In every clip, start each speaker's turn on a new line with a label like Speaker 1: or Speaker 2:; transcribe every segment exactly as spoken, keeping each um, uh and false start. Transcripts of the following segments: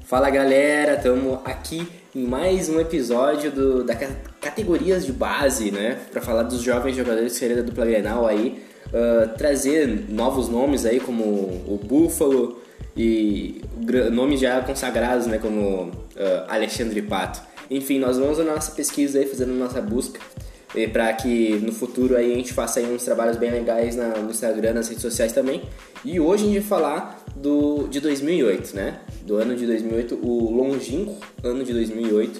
Speaker 1: Fala galera, estamos aqui em mais um episódio do, da categorias de base, né? Para falar dos jovens jogadores que seriam da dupla Grenal aí, uh, trazer novos nomes aí como o Búfalo e nomes já consagrados, né? Como uh, Alexandre Pato. Enfim, nós vamos na nossa pesquisa aí, fazendo nossa busca para que no futuro aí a gente faça aí uns trabalhos bem legais na, no Instagram, nas redes sociais também. E hoje a gente vai falar do, de dois mil e oito, né? Do ano de dois mil e oito, o longínquo ano de dois mil e oito,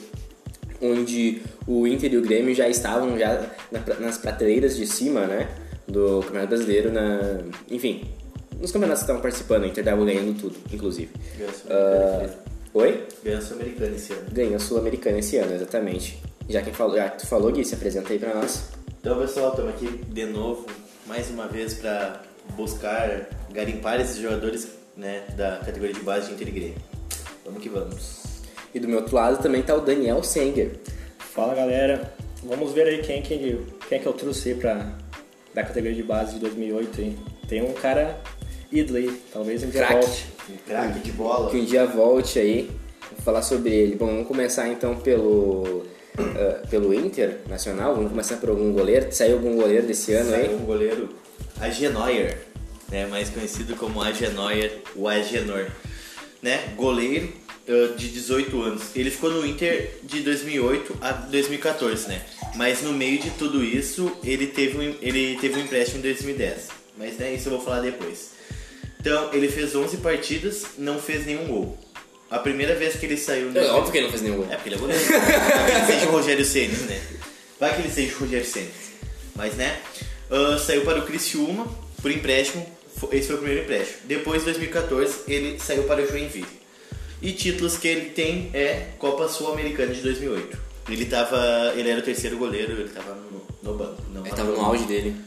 Speaker 1: onde o Inter e o Grêmio já estavam já na, nas prateleiras de cima, né? Do Campeonato Brasileiro, na, enfim, nos campeonatos que estavam participando, o Inter estava ganhando tudo, inclusive.
Speaker 2: Ganhou a Sul-Americana.
Speaker 1: Uh, Oi?
Speaker 2: Ganhou a Sul-Americana esse ano.
Speaker 1: Ganhou a Sul-Americana esse ano, exatamente. Já que falou, já tu falou, Gui, se apresenta aí pra nós.
Speaker 2: Então, pessoal, estamos aqui de novo, mais uma vez, para buscar garimpar esses jogadores, né, da categoria de base de Inter e Grêmio. Vamos que vamos.
Speaker 1: E do meu outro lado também tá o Daniel Senger.
Speaker 3: Fala galera, vamos ver aí quem, quem, quem é que eu trouxe aí pra, da categoria de base de dois mil e oito. Hein? Tem um cara ídolo aí, talvez um dia
Speaker 1: Crack.
Speaker 3: volte.
Speaker 2: Um craque de bola.
Speaker 1: Que um dia volte aí, vou falar sobre ele. Bom, vamos começar então pelo, uh, pelo Inter Nacional. Vamos começar por algum goleiro. Saiu algum goleiro desse ano
Speaker 2: Saiu
Speaker 1: aí?
Speaker 2: um goleiro, Agenor, né, mais conhecido como Agenor, o Agenor, né, goleiro uh, de dezoito anos. Ele ficou no Inter de dois mil e oito a dois mil e catorze, né? Mas no meio de tudo isso, ele teve um, ele teve um empréstimo em dois mil e dez. Mas né, isso eu vou falar depois. Então, ele fez onze partidas, não fez nenhum gol. A primeira vez que ele saiu... No...
Speaker 1: É óbvio que ele não fez nenhum gol.
Speaker 2: É, porque ele é goleiro. Vai que ele seja o Rogério Ceni, né? Vai que ele seja o Rogério Ceni. Mas, né? Uh, saiu para o Criciúma, por empréstimo. Esse foi o primeiro empréstimo. Depois, em dois mil e catorze, ele saiu para o Joinville. E títulos que ele tem é Copa Sul-Americana de dois mil e oito. Ele, tava, ele era o terceiro goleiro, ele estava no, no banco. Não
Speaker 1: Ele tava no auge dele.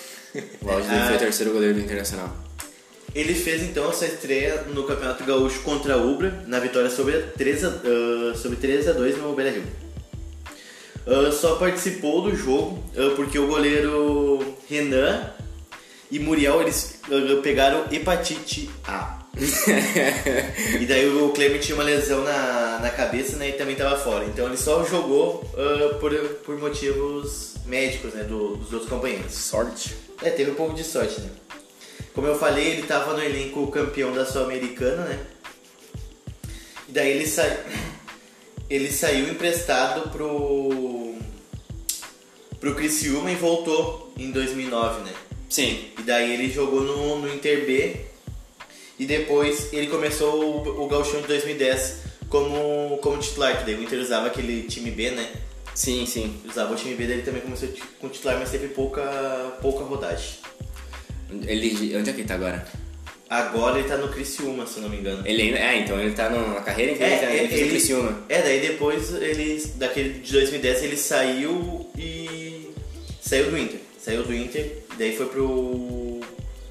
Speaker 1: O auge dele foi o terceiro goleiro do Internacional.
Speaker 2: Ele fez então a sua estreia no Campeonato Gaúcho contra a Ubra, na vitória sobre três a dois no Beira-Rio. Uh, só participou do jogo uh, porque o goleiro Renan e Muriel eles uh, pegaram hepatite A. E daí o Clemente tinha uma lesão na, na cabeça, né, e também estava fora. Então ele só jogou uh, por, por motivos médicos, né, do, dos outros companheiros.
Speaker 1: Sorte.
Speaker 2: É, teve um pouco de sorte, né? Como eu falei, ele estava no elenco campeão da Sul-Americana, né? E daí ele, sa... ele saiu emprestado pro... pro Criciúma e voltou em dois mil e nove, né?
Speaker 1: Sim.
Speaker 2: E daí ele jogou no, no Inter B e depois ele começou o, o Gauchão de dois mil e dez como, como titular, que daí o Inter usava aquele time B, né?
Speaker 1: Sim, sim.
Speaker 2: Usava o time B, daí ele também começou com titular, mas teve pouca, pouca rodagem.
Speaker 1: Ele, onde é que ele tá agora?
Speaker 2: Agora ele tá no Criciúma, se eu não me engano.
Speaker 1: Ele ainda, é, então ele tá no, na carreira inteira,
Speaker 2: É,
Speaker 1: ele, ele fez o Criciúma.
Speaker 2: É, daí depois ele, daquele de dois mil e dez ele saiu e saiu do Inter. Saiu do Inter, daí foi pro...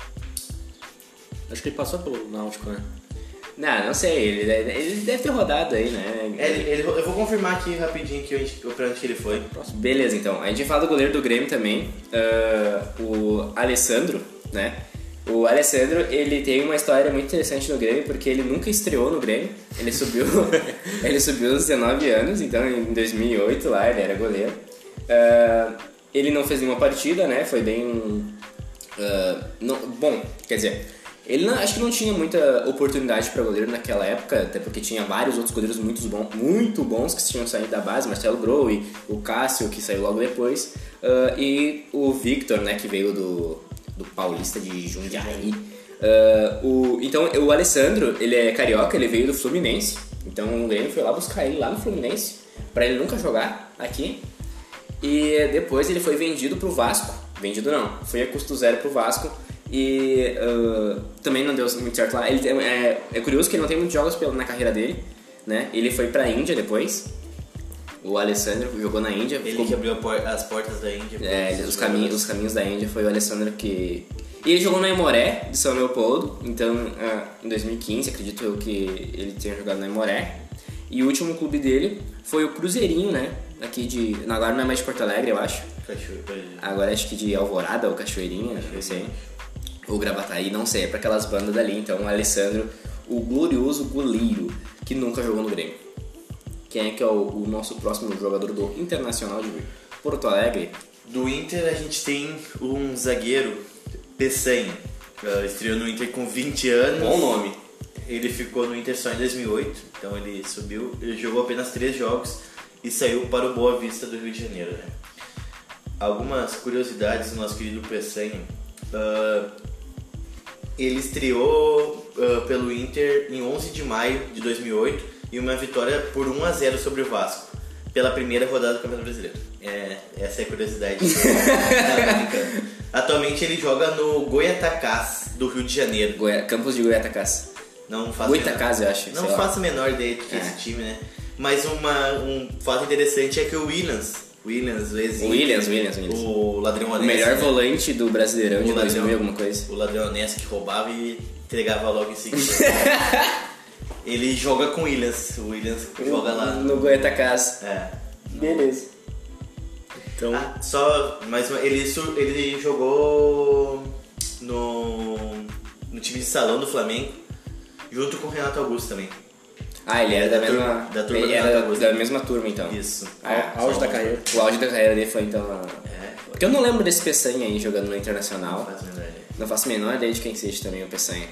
Speaker 3: Acho que ele passou pelo Náutico, né?
Speaker 1: Não, não sei, ele, ele deve ter rodado aí, né?
Speaker 2: É, ele, ele, eu vou confirmar aqui rapidinho que eu, pra onde que ele foi.
Speaker 1: Beleza, então. A gente vai falar do goleiro do Grêmio também, uh, o Alessandro, né? O Alessandro, ele tem uma história muito interessante no Grêmio, porque ele nunca estreou no Grêmio. Ele subiu, ele subiu aos dezenove anos, então em dois mil e oito lá ele era goleiro. Uh, ele não fez nenhuma partida, né? Foi bem... Uh, não, bom, quer dizer... Ele não, acho que não tinha muita oportunidade para goleiro naquela época, até porque tinha vários outros goleiros muito bons, muito bons que tinham saído da base, Marcelo Groi, o Cássio, que saiu logo depois, uh, e o Victor, né, que veio do, do Paulista de Jundiaí. Uh, o, então o Alessandro, ele é carioca, ele veio do Fluminense, então o Grêmio foi lá buscar ele lá no Fluminense, para ele nunca jogar aqui, e depois ele foi vendido pro Vasco, vendido não, foi a custo zero pro Vasco, e uh, também não deu muito certo lá. Ele tem, é, é curioso que ele não tem muitos jogos pela, na carreira dele, né? Ele foi pra Índia depois. O Alessandro jogou na Índia.
Speaker 2: Ele
Speaker 1: ficou,
Speaker 2: que abriu por, as portas da Índia.
Speaker 1: É, os caminhos, os caminhos da Índia foi o Alessandro que... E ele jogou no Aimoré, de São Leopoldo. Então, uh, em dois mil e quinze, acredito eu que ele tenha jogado no Aimoré. E o último clube dele foi o Cruzeirinho, né? Aqui de... Agora não é mais de Porto Alegre, eu acho.
Speaker 2: Cachoeira.
Speaker 1: Agora acho que de Alvorada ou Cachoeirinha, não sei. Ou Gravataí, não sei, é pra aquelas bandas dali. Então o Alessandro, o glorioso goleiro, que nunca jogou no Grêmio. Quem é que é o, o nosso próximo jogador do Internacional de Porto Alegre?
Speaker 2: Do Inter a gente tem um zagueiro, Peçanha. Uh, estreou no Inter com vinte anos.
Speaker 1: Bom nome.
Speaker 2: Ele ficou no Inter só em dois mil e oito, então ele subiu, ele jogou apenas três jogos e saiu para o Boa Vista do Rio de Janeiro. Né? Algumas curiosidades do nosso querido Peçanha. Uh, ele estreou uh, pelo Inter em onze de maio de dois mil e oito e uma vitória por um a zero sobre o Vasco, pela primeira rodada do Campeonato Brasileiro. É, essa é a curiosidade. Não, atualmente ele joga no Goiatacás, do Rio de Janeiro.
Speaker 1: Goi... Campos de Goiatacás.
Speaker 2: Não faço
Speaker 1: Goiatacás, eu acho.
Speaker 2: Não faço a menor ideia do que é
Speaker 1: É.
Speaker 2: esse time, né? Mas uma, um fato interessante é que o Williams, Williams, o ex
Speaker 1: Williams, Williams, Williams.
Speaker 2: o ladrão
Speaker 1: O
Speaker 2: honesto,
Speaker 1: melhor
Speaker 2: né?
Speaker 1: volante do Brasileirão de
Speaker 2: O ladrão-
Speaker 1: dois mil alguma coisa.
Speaker 2: O ladrão honesto que roubava e entregava logo em seguida. Ele joga com o Williams, o Williams joga lá.
Speaker 1: No Goiatacás.
Speaker 2: É.
Speaker 1: Beleza.
Speaker 3: Então,
Speaker 2: Ah, só, mas ele, su- ele jogou no, no time de salão do Flamengo, junto com o Renato Augusto também.
Speaker 1: Ah, ele era da,
Speaker 2: Da turma-
Speaker 1: mesma.
Speaker 2: da turma
Speaker 1: ele
Speaker 2: do
Speaker 1: era
Speaker 2: Renato
Speaker 1: da,
Speaker 2: Augusto.
Speaker 1: da mesma turma, então.
Speaker 2: Isso.
Speaker 1: Ah,
Speaker 3: auge
Speaker 2: só-
Speaker 3: da carreira.
Speaker 1: O auge da carreira dele foi então. a-
Speaker 2: É,
Speaker 1: Porque eu não lembro desse Peçanha aí jogando no
Speaker 2: não
Speaker 1: Internacional.
Speaker 2: faz a menor ideia.
Speaker 1: Não faço a menor ideia de quem seja também o Peçanha.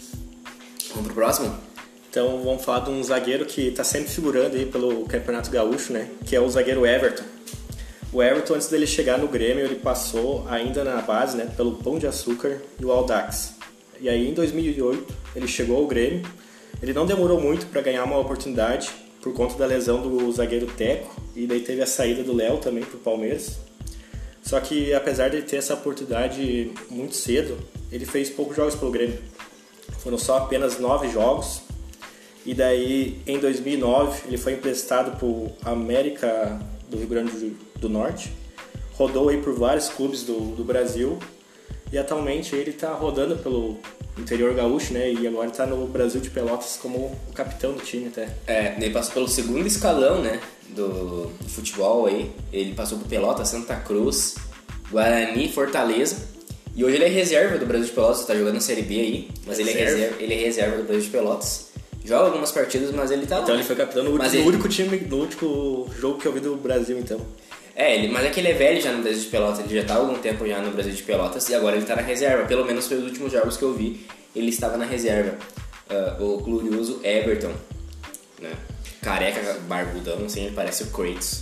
Speaker 1: Vamos pro próximo?
Speaker 3: então vamos falar de um zagueiro que está sempre figurando aí pelo Campeonato Gaúcho, né? Que é o zagueiro Everton. O Everton, antes dele chegar no Grêmio, ele passou ainda na base, né? Pelo Pão de Açúcar e o Audax. E aí em dois mil e oito ele chegou ao Grêmio. Ele não demorou muito para ganhar uma oportunidade por conta da lesão do zagueiro Teco. E daí teve a saída do Léo também pro Palmeiras. Só que apesar de ter essa oportunidade muito cedo, ele fez poucos jogos pelo Grêmio. Foram só apenas nove jogos. E daí, em dois mil e nove, ele foi emprestado para o América do Rio Grande do- do Norte. Rodou aí por vários clubes do, do Brasil. E atualmente ele está rodando pelo interior gaúcho, né? E agora está no Brasil de Pelotas como o capitão do time até.
Speaker 1: É, ele passou pelo segundo escalão, né? Do, do futebol aí. Ele passou por Pelotas, Santa Cruz, Guarani, Fortaleza. E hoje ele é reserva do Brasil de Pelotas, tá jogando na Série B aí. Mas ele é,
Speaker 3: Reserva?
Speaker 1: reserva, ele é reserva do Brasil de Pelotas. Joga algumas partidas, mas ele tá lá.
Speaker 3: Então ele foi capitão no,
Speaker 1: Mas
Speaker 3: no
Speaker 1: ele-
Speaker 3: único time, no único jogo que eu vi do Brasil, então.
Speaker 1: É, ele, mas é que ele é velho já no Brasil de Pelotas, ele já tá há algum tempo já no Brasil de Pelotas e agora ele tá na reserva, pelo menos foi os últimos jogos que eu vi, ele estava na reserva. Ah, o glorioso Everton, né? Careca, barbudão, assim, ele parece o Kratos.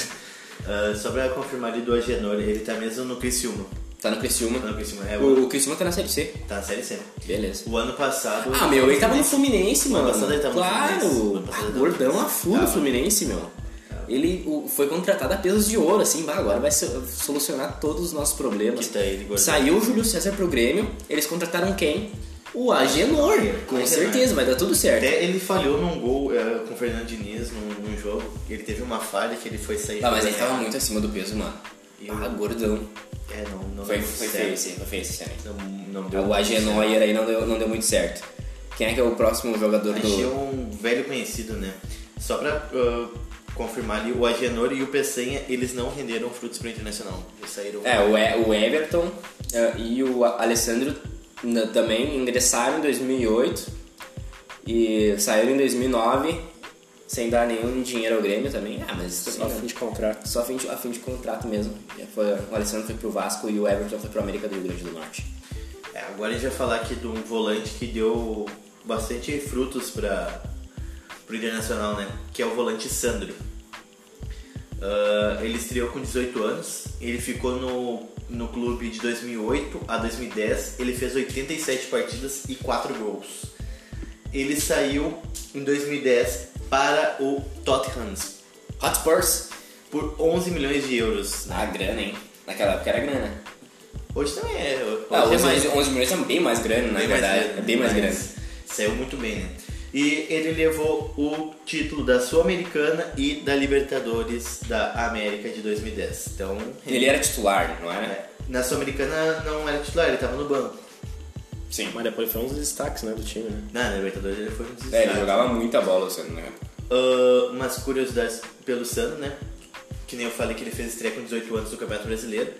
Speaker 2: Ah, só pra confirmar ali do Agenor, ele tá mesmo no Criciúma.
Speaker 1: Tá no Criciúma.
Speaker 2: Tá no Criciúma, é, o,
Speaker 1: O, o Criciúma tá na Série C.
Speaker 2: tá na Série C.
Speaker 1: Beleza.
Speaker 2: O ano passado...
Speaker 1: Ah, meu, ele tava no Fluminense,
Speaker 2: O
Speaker 1: mano.
Speaker 2: ano passado ele tava no
Speaker 1: claro.
Speaker 2: Fluminense. O ano
Speaker 1: Ah,
Speaker 2: passado ele tava no
Speaker 1: gordão a
Speaker 2: Fluminense.
Speaker 1: full no
Speaker 2: Tava.
Speaker 1: Fluminense, meu. Ele o, foi contratado a pesos de ouro, assim, bah, agora vai so- solucionar todos os nossos problemas.
Speaker 2: Que tá ele gordão.
Speaker 1: Saiu o Júlio César pro Grêmio, eles contrataram quem? O Agenor. Com
Speaker 2: Agenor.
Speaker 1: certeza, vai dar tudo certo.
Speaker 2: Até ele falhou num gol é, com o Fernando Diniz num, num jogo. Ele teve uma falha que ele foi sair...
Speaker 1: Ah, mas ele tava muito acima do peso, mano.
Speaker 2: E
Speaker 1: Ah,
Speaker 2: o-
Speaker 1: gordão.
Speaker 2: É, não, não
Speaker 1: Foi,
Speaker 2: deu
Speaker 1: foi
Speaker 2: certo.
Speaker 1: feio esse, foi feio esse ano.
Speaker 2: Não, não deu
Speaker 1: O Agenor aí não deu, não deu muito certo. Quem é que é o próximo jogador
Speaker 2: Achei
Speaker 1: do...
Speaker 2: um velho conhecido, né? Só pra uh, confirmar ali, o Agenor e o Peçanha, eles não renderam frutos pro Internacional. Eles saíram...
Speaker 1: É, o, E- o Everton eh, e o Alessandro n- também ingressaram em dois mil e oito e saíram em dois mil e nove sem dar nenhum dinheiro ao Grêmio também. Ah, mas isso
Speaker 3: Só
Speaker 1: também,
Speaker 3: fim de contrato.
Speaker 1: só a fim de, a fim de contrato mesmo. Já foi, o Alessandro foi pro Vasco e o Everton foi pro América do Rio Grande do Norte.
Speaker 2: É, agora a gente vai falar aqui de um volante que deu bastante frutos para pro Internacional, né? Que é o volante Sandro. Uh, ele estreou com dezoito anos, ele ficou no, no clube de dois mil e oito a dois mil e dez, ele fez oitenta e sete partidas e quatro gols. Ele saiu em dois mil e dez para o Tottenham
Speaker 1: Hotspurs.
Speaker 2: por onze milhões de euros.
Speaker 1: Ah, grana, hein? Naquela época era grana.
Speaker 2: Hoje também é. Hoje
Speaker 1: Ah,
Speaker 2: é
Speaker 1: onze,
Speaker 2: mais,
Speaker 1: onze milhões é bem mais grana, na
Speaker 2: bem mais
Speaker 1: verdade.
Speaker 2: grana,
Speaker 1: é bem mais
Speaker 2: mas
Speaker 1: grana.
Speaker 2: Saiu muito bem, né? E ele levou o título da Sul-Americana e da Libertadores da América de dois mil e dez. Então,
Speaker 1: Ele era titular, não era?
Speaker 2: é, na Sul-Americana não era titular, ele estava no banco.
Speaker 1: Sim.
Speaker 3: Mas depois foi um dos destaques, né, do time, né?
Speaker 2: Na Libertadores ele foi um dos
Speaker 1: É, ele
Speaker 2: destaques.
Speaker 1: jogava muita bola, você não lembra?
Speaker 2: Ah, umas curiosidades pelo Sano, né? Que nem eu falei que ele fez estreia com dezoito anos no Campeonato Brasileiro.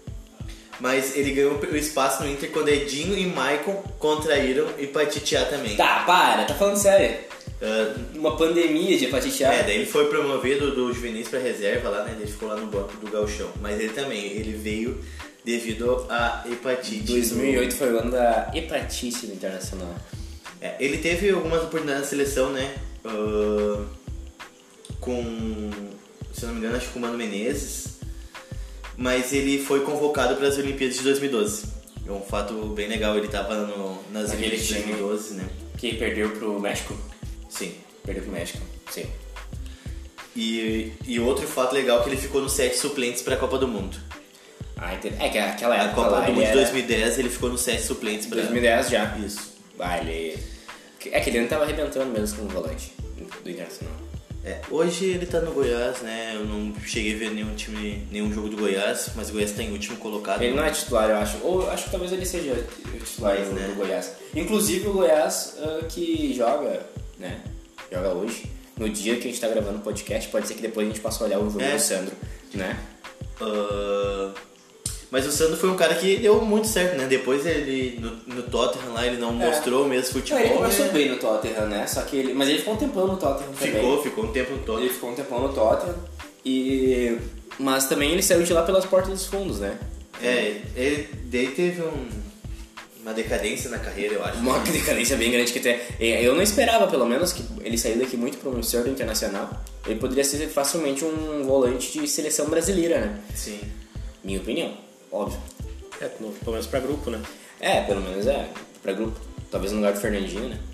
Speaker 2: Mas ele ganhou o espaço no Inter quando Edinho e Maicon contraíram e Patitiá também.
Speaker 1: Tá, para, tá falando sério.
Speaker 2: Uh,
Speaker 1: Uma pandemia de hepatite A.
Speaker 2: É, daí ele foi promovido do juvenis pra reserva lá, né? Ele ficou lá no banco do gauchão. Mas ele também, ele veio devido a hepatite.
Speaker 1: dois mil e oito foi o ano da hepatite no Internacional.
Speaker 2: É, ele teve algumas oportunidades na seleção, né? Uh, com, se eu não me engano, acho que com o Mano Menezes. Mas ele foi convocado para as Olimpíadas de dois mil e doze. É um fato bem legal, ele estava nas
Speaker 1: Aquele
Speaker 2: Olimpíadas de dois mil e doze, né?
Speaker 1: Que perdeu pro México?
Speaker 2: Sim.
Speaker 1: Perdeu pro México, sim.
Speaker 2: E, e outro fato legal é que ele ficou nos sete suplentes para a Copa do Mundo.
Speaker 1: Ah, entendi. É que aquela
Speaker 2: A
Speaker 1: época
Speaker 2: Copa
Speaker 1: lá,
Speaker 2: do
Speaker 1: ele
Speaker 2: Mundo de
Speaker 1: era...
Speaker 2: dois mil e dez ele ficou nos sete suplentes para...
Speaker 1: dois mil e dez já.
Speaker 2: Isso.
Speaker 1: Ah, ele... É que ele não tava arrebentando mesmo com o volante do Internacional.
Speaker 2: É, hoje ele tá no Goiás, né? Eu não cheguei a ver nenhum time, nenhum jogo do Goiás, mas o Goiás tá em último colocado.
Speaker 1: Ele não é titular, eu acho. Ou acho que talvez ele seja titular
Speaker 2: Mas,
Speaker 1: do,
Speaker 2: né?
Speaker 1: do Goiás. Inclusive o Goiás uh, que joga, né? Joga hoje. No dia que a gente tá gravando o podcast, pode ser que depois a gente possa olhar o jogo
Speaker 2: É.
Speaker 1: do Sandro, né?
Speaker 2: Uh, mas o Sandro foi um cara que deu muito certo, né? Depois ele, no, no Tottenham lá, ele não
Speaker 1: É.
Speaker 2: mostrou o mesmo futebol.
Speaker 1: Não, ele começou
Speaker 2: né?
Speaker 1: bem no Tottenham, né? Só que ele... Mas ele ficou um tempão no Tottenham também.
Speaker 2: Ficou, ficou um tempo no Tottenham.
Speaker 1: Ele ficou um tempão no Tottenham. E... Mas também ele saiu de lá pelas portas dos fundos, né?
Speaker 2: É, ele daí teve um, uma decadência na carreira, eu acho.
Speaker 1: Uma decadência bem grande que até... Eu não esperava, pelo menos, que ele saiu daqui muito promissor do Internacional. Ele poderia ser facilmente um volante de seleção brasileira, né?
Speaker 2: Sim.
Speaker 1: Minha opinião, óbvio.
Speaker 3: É, no- pelo menos pra grupo, né?
Speaker 1: É, pelo menos é, pra grupo. Talvez no lugar do Fernandinho, né?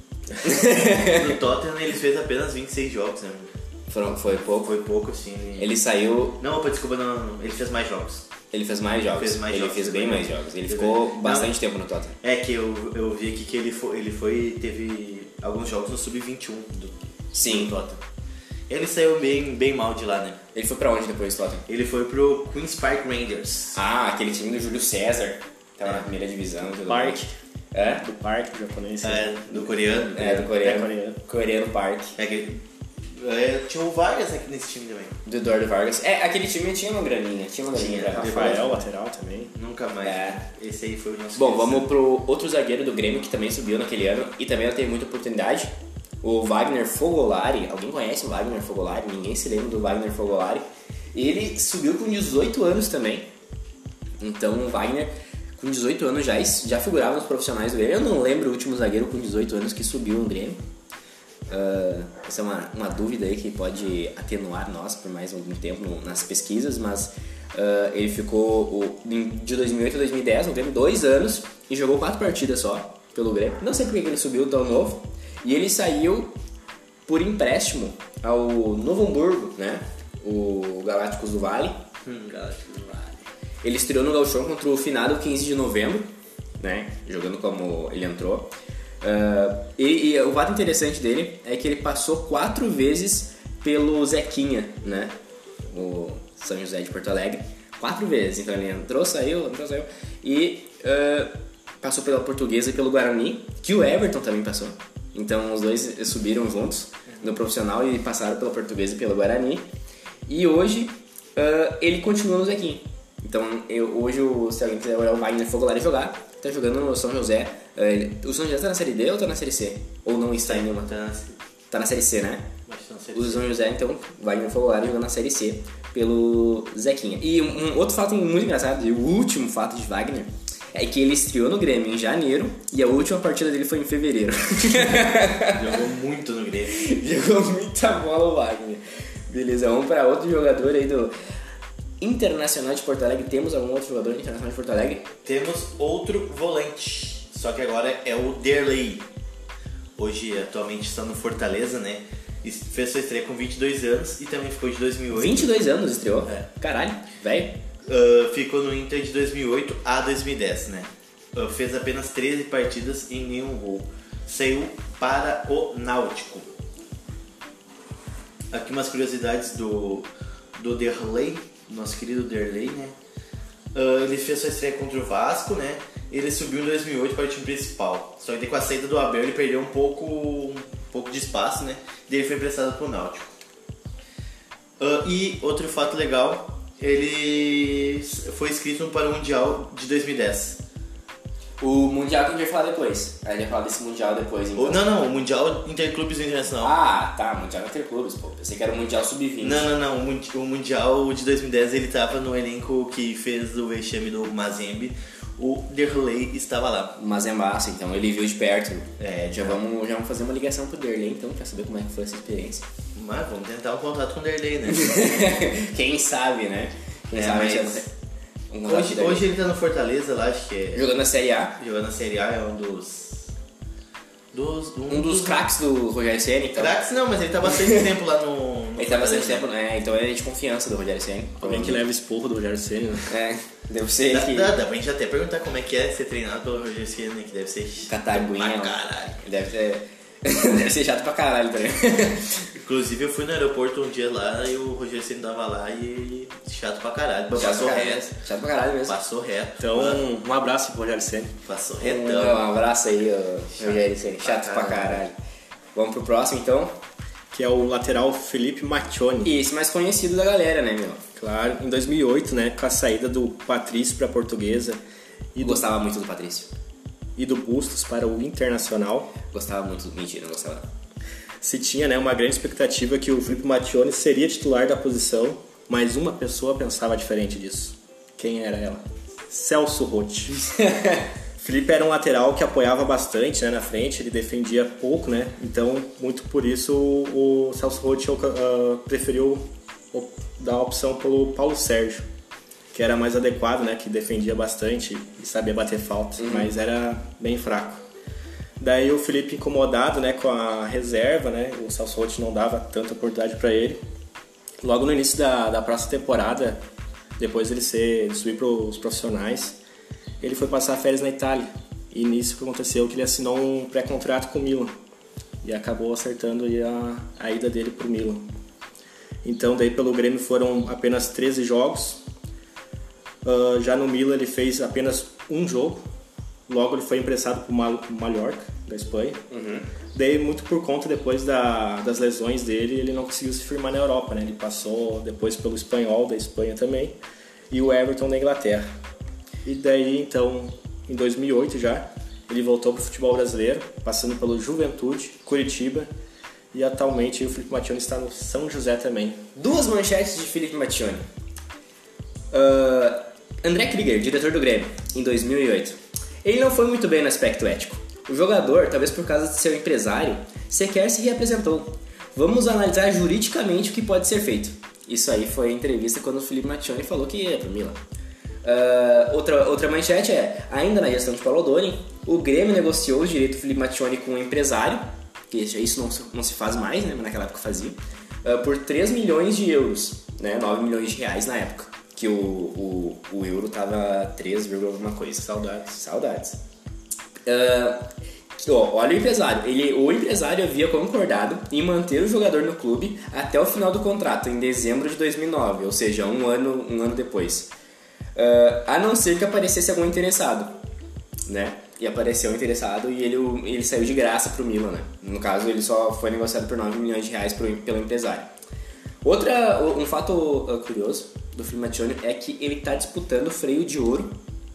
Speaker 2: No Tottenham ele fez apenas vinte e seis jogos, né?
Speaker 1: Foram, foi pouco.
Speaker 2: Foi pouco, assim. Ele...
Speaker 1: Ele saiu...
Speaker 2: Não, opa, desculpa, não, não, ele fez mais jogos.
Speaker 1: Ele fez mais jogos.
Speaker 2: Fez mais
Speaker 1: ele
Speaker 2: jogos,
Speaker 1: fez bem
Speaker 2: fez
Speaker 1: mais
Speaker 2: bem.
Speaker 1: jogos. Ele
Speaker 2: Fez
Speaker 1: ficou
Speaker 2: bem.
Speaker 1: bastante
Speaker 2: Não.
Speaker 1: tempo no Tottenham.
Speaker 2: É que eu, eu vi aqui que ele foi, ele foi teve alguns jogos no sub vinte e um do,
Speaker 1: Sim.
Speaker 2: do Tottenham. Ele saiu bem, bem mal de lá, né?
Speaker 1: Ele foi pra onde depois do Tottenham?
Speaker 2: Ele foi pro Queen's Park Rangers.
Speaker 1: Ah, aquele time do Júlio César. Tava na primeira divisão. tudo
Speaker 3: Park.
Speaker 1: mais. É?
Speaker 3: Do parque japonês.
Speaker 2: É, do coreano.
Speaker 1: É, do coreano.
Speaker 3: É, coreano.
Speaker 1: Coreano Park.
Speaker 2: É que, é, tinha o Vargas aqui nesse time também.
Speaker 1: Do Eduardo Vargas. É, aquele time tinha uma graninha. Tinha uma graninha
Speaker 2: Tinha.
Speaker 1: pra
Speaker 3: Rafael, lateral também.
Speaker 2: Nunca mais.
Speaker 1: É.
Speaker 2: Esse aí foi o nosso.
Speaker 1: Bom,
Speaker 2: querido.
Speaker 1: vamos pro outro zagueiro do Grêmio que também subiu naquele ano e também não teve muita oportunidade. O Wagner Fogolari. Alguém conhece o Wagner Fogolari? Ninguém se lembra do Wagner Fogolari. Ele subiu com dezoito anos também. Então o Wagner, com dezoito anos, já, já figurava nos profissionais do Grêmio. Eu não lembro o último zagueiro com dezoito anos que subiu no Grêmio. Uh, essa é uma, uma dúvida aí que pode atenuar nós por mais algum tempo no, nas pesquisas, mas uh, ele ficou o, de dois mil e oito a dois mil e dez no Grêmio dois anos e jogou quatro partidas só pelo Grêmio. Não sei porque que ele subiu tão novo. E ele saiu por empréstimo ao Novo Hamburgo, né? O Galácticos do Vale.
Speaker 2: Hum, Galácticos do Vale.
Speaker 1: Ele estreou no Gauchão contra o finado quinze de novembro, né? Jogando como ele entrou. Uh, e, e o fato interessante dele é que ele passou quatro vezes pelo Zequinha, né? O São José de Porto Alegre. Quatro vezes. Então ele entrou, saiu, entrou, saiu. E uh, passou pela Portuguesa e pelo Guarani, que o Everton também passou. Então os dois subiram juntos no profissional e passaram pela Portuguesa e pelo Guarani. E hoje uh, ele continua no Zequinha. Então eu, hoje, se alguém quiser olhar o Wagner Fogolari jogar, tá jogando no São José. Uh, o São José tá na Série D ou tá na Série C? Ou não está em nenhuma?
Speaker 2: Tá na,
Speaker 1: Tá na Série C, né?
Speaker 2: acho que tá na Série
Speaker 1: O
Speaker 2: C.
Speaker 1: São José, então, Wagner Fogolari jogando na Série C pelo Zequinha. E um, um outro fato muito engraçado, e o último fato de Wagner, é que ele estreou no Grêmio em janeiro e a última partida dele foi em fevereiro.
Speaker 2: Jogou muito no Grêmio.
Speaker 1: Jogou muita bola o Wagner. Beleza, vamos para outro jogador aí do Internacional de Porto Alegre. Temos algum outro jogador do Internacional de Porto Alegre?
Speaker 2: Temos outro volante, só que agora é o Derlei. Hoje, atualmente, está no Fortaleza, né? E fez sua estreia com vinte e dois anos e também ficou de dois mil e oito.
Speaker 1: vinte e dois anos estreou?
Speaker 2: É.
Speaker 1: Caralho, velho.
Speaker 2: Uh, ficou no Inter de dois mil e oito a dois mil e dez, né? Uh, fez apenas treze partidas e nenhum gol. Saiu para o Náutico. Aqui umas curiosidades do, do Derlei, nosso querido Derlei, né? Uh, ele fez sua estreia contra o Vasco, né? Ele subiu em dois mil e oito para o time principal. Só que com a saída do Abel ele perdeu um pouco, um pouco de espaço, né? Daí ele foi emprestado para o Náutico. Uh, e outro fato legal, ele foi inscrito para o Mundial de dois mil e dez.
Speaker 1: O Mundial que a gente vai falar depois. A gente vai falar desse Mundial depois, então.
Speaker 2: O, não, não, o Mundial Interclubes Internacional.
Speaker 1: Ah, tá, Mundial Interclubes, pô. Pensei que era o Mundial sub vinte.
Speaker 2: Não, não, não, o, mundi- o Mundial de dois mil e dez ele tava no elenco que fez o vexame do Mazembe. O Derlei estava lá.
Speaker 1: Mas é massa, então ele viu de perto.
Speaker 2: É,
Speaker 1: já, vamos, já vamos fazer uma ligação pro Derlei, então, pra saber como é que foi essa experiência.
Speaker 2: Mas vamos tentar um contato com o Derlei, né?
Speaker 1: Quem sabe, né? Quem
Speaker 2: É,
Speaker 1: sabe
Speaker 2: mas-
Speaker 1: já- um contato
Speaker 2: Hoje,
Speaker 1: do Derlei.
Speaker 2: hoje ele tá no Fortaleza lá, acho que é.
Speaker 1: Jogando na Série A.
Speaker 2: Jogando na Série A, é um dos. dos
Speaker 1: Um dos craques do Rogério Ceni, então.
Speaker 2: Craques não, mas ele tá bastante tempo lá no. no
Speaker 1: Ele tá bastante
Speaker 2: Fortaleza.
Speaker 1: tempo, né? Então ele é de confiança do Rogério Ceni.
Speaker 3: Alguém que leva esporro do Rogério Ceni, né?
Speaker 1: É, deve ser
Speaker 2: Dá,
Speaker 1: que...
Speaker 2: dá, dá pra gente até perguntar como é que é ser treinado pelo Rogério Ceni, né? Que deve ser
Speaker 1: Cataguinha.
Speaker 2: pra caralho.
Speaker 1: Deve ser... deve ser chato pra caralho também.
Speaker 2: Inclusive eu fui no aeroporto um dia lá e o Rogério Ceni tava lá e ele chato pra caralho.
Speaker 1: Chato
Speaker 2: Passou
Speaker 1: pra caralho.
Speaker 2: reto.
Speaker 1: Chato pra caralho mesmo.
Speaker 2: Passou reto.
Speaker 3: Então,
Speaker 2: Mano,
Speaker 3: um abraço pro Rogério Ceni.
Speaker 2: passou
Speaker 1: Um,
Speaker 2: retão.
Speaker 1: um abraço aí, ó, Rogério Ceni. Chato pra caralho. Vamos pro próximo, então.
Speaker 3: Que é o lateral Felipe Maccioni.
Speaker 1: E esse mais conhecido da galera, né, meu?
Speaker 3: Claro, em dois mil e oito, né, com a saída do Patrício para a Portuguesa e
Speaker 1: Eu
Speaker 3: do,
Speaker 1: gostava muito do Patrício.
Speaker 3: e do Bustos para o Internacional,
Speaker 1: Gostava muito do... Mentira, não gostava.
Speaker 3: se tinha, né, uma grande expectativa que o Felipe Maccioni seria titular da posição, mas uma pessoa pensava diferente disso. Quem era ela? Celso Roth. Felipe era um lateral que apoiava bastante, né, na frente, ele defendia pouco, né? Então, muito por isso o, o Celso Roth uh, preferiu op- dar a opção pelo Paulo Sérgio, que era mais adequado, né, que defendia bastante e sabia bater falta,
Speaker 1: Uhum.
Speaker 3: mas era bem fraco. Daí o Felipe incomodado, né, com a reserva, né, o Celso Roth não dava tanta oportunidade para ele. Logo no início da, da próxima temporada, depois dele ser, de subir para os profissionais, ele foi passar férias na Itália. E nisso que aconteceu que ele assinou um pré-contrato com o Milan. E acabou acertando aí a, a ida dele para o Milan. Então daí pelo Grêmio foram apenas treze jogos. Uh, já no Milan ele fez apenas um jogo. Logo ele foi emprestado para o Mal- Mallorca, da Espanha.
Speaker 1: Uhum.
Speaker 3: Daí muito por conta depois da, das lesões dele, ele não conseguiu se firmar na Europa, né? Ele passou depois pelo Espanhol da Espanha também e o Everton da Inglaterra. E daí então, em dois mil e oito já, ele voltou para o futebol brasileiro, passando pelo Juventude, Curitiba e atualmente o Felipe Maccioni está no São José também.
Speaker 1: Duas manchetes de Felipe Maccioni. Uh, André Krieger, diretor do Grêmio, em dois mil e oito. Ele não foi muito bem no aspecto ético. O jogador, talvez por causa de seu empresário, sequer se reapresentou. Vamos analisar juridicamente o que pode ser feito. Isso aí foi a entrevista quando o Felipe Maccioni falou que ia pro Milan. Uh, outra, outra manchete é, ainda na gestão de Paulo Odoni, o Grêmio negociou os direitos do Felipe Maccioni com um empresário, que isso não, não se faz mais, né, mas naquela época fazia, uh, por três milhões de euros, né, nove milhões de reais na época, que o, o, o euro tava três, alguma coisa.
Speaker 3: Saudades.
Speaker 1: Saudades. Uh, ó, olha o empresário. Ele, o empresário havia concordado em manter o jogador no clube até o final do contrato, em dezembro de dois mil e nove, ou seja, um ano, um ano depois. Uh, a não ser que aparecesse algum interessado, né? E apareceu um interessado e ele, ele saiu de graça pro Milan, né? No caso, ele só foi negociado por nove milhões de reais pro, pelo empresário. Outra, um fato uh, curioso do Felipe Maccioni é que ele está disputando o freio de ouro